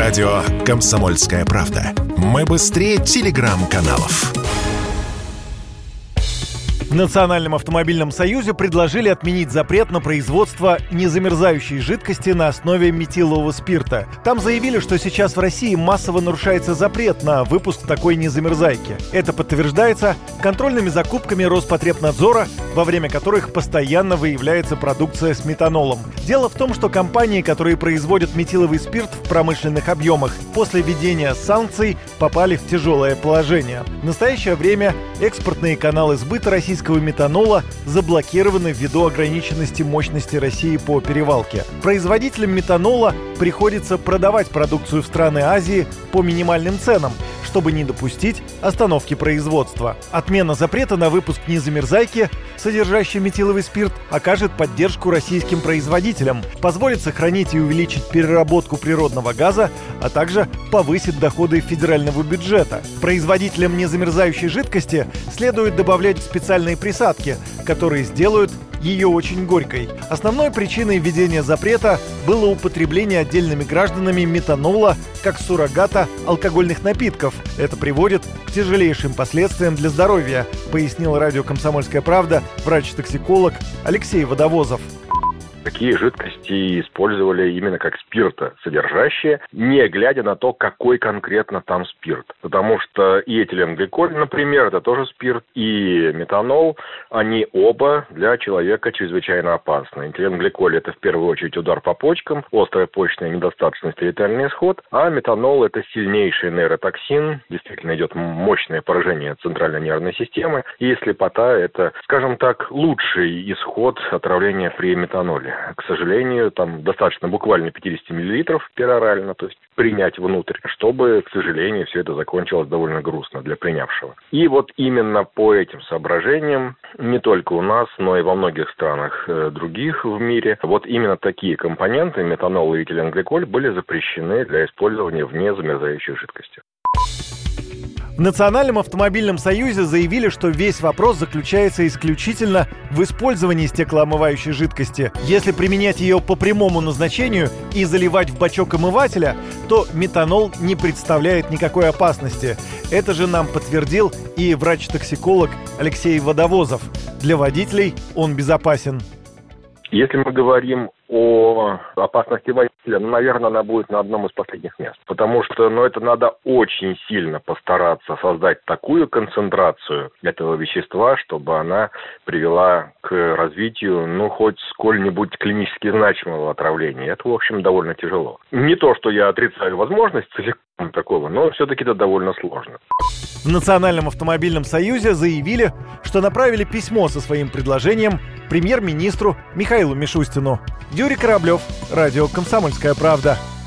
Радио «Комсомольская правда». Мы быстрее телеграм-каналов. В Национальном автомобильном союзе предложили отменить запрет на производство незамерзающей жидкости на основе метилового спирта. Там заявили, что сейчас в России массово нарушается запрет на выпуск такой незамерзайки. Это подтверждается контрольными закупками Роспотребнадзора, во время которых постоянно выявляется продукция с метанолом. Дело в том, что компании, которые производят метиловый спирт в промышленных объемах, после введения санкций попали в тяжелое положение. В настоящее время экспортные каналы сбыта российского метанола заблокированы ввиду ограниченности мощности России по перевалке. Производителям метанола приходится продавать продукцию в страны Азии по минимальным ценам, чтобы не допустить остановки производства. Отмена запрета на выпуск незамерзайки, содержащей метиловый спирт, окажет поддержку российским производителям, позволит сохранить и увеличить переработку природного газа, а также повысит доходы федерального бюджета. Производителям незамерзающей жидкости следует добавлять специальные присадки, которые сделают ее очень горькой. Основной причиной введения запрета было употребление отдельными гражданами метанола как суррогата алкогольных напитков. Это приводит к тяжелейшим последствиям для здоровья, пояснил радио «Комсомольская правда» врач-токсиколог Алексей Водовозов. Такие жидкости использовали именно как спиртосодержащие, не глядя на то, какой конкретно там спирт. Потому что и этиленгликоль, например, это тоже спирт, и метанол, они оба для человека чрезвычайно опасны. Этиленгликоль – это в первую очередь удар по почкам, острая почечная недостаточность и летальный исход, а метанол – это сильнейший нейротоксин, действительно идет мощное поражение центральной нервной системы, и слепота – это, скажем так, лучший исход отравления при метаноле. К сожалению, там достаточно буквально 50 мл перорально, то есть принять внутрь, чтобы, к сожалению, все это закончилось довольно грустно для принявшего. И вот именно по этим соображениям, не только у нас, но и во многих странах других в мире, вот именно такие компоненты, метанол и этиленгликоль, были запрещены для использования в незамерзающих жидкостях. В Национальном автомобильном союзе заявили, что весь вопрос заключается исключительно в использовании стеклоомывающей жидкости. Если применять ее по прямому назначению и заливать в бачок омывателя, то метанол не представляет никакой опасности. Это же нам подтвердил и врач-токсиколог Алексей Водовозов. Для водителей он безопасен. Если мы говорим о опасности водителя, наверное, она будет на одном из последних мест. Потому что, это надо очень сильно постараться создать такую концентрацию этого вещества, чтобы она привела к развитию, хоть сколь-нибудь клинически значимого отравления. Это, в общем, довольно тяжело. Не то, что я отрицаю возможность такого, но все-таки это довольно сложно. В Национальном автомобильном союзе заявили, что направили письмо со своим предложением премьер-министру Михаилу Мишустину. Юрий Кораблев, радио «Комсомольская правда».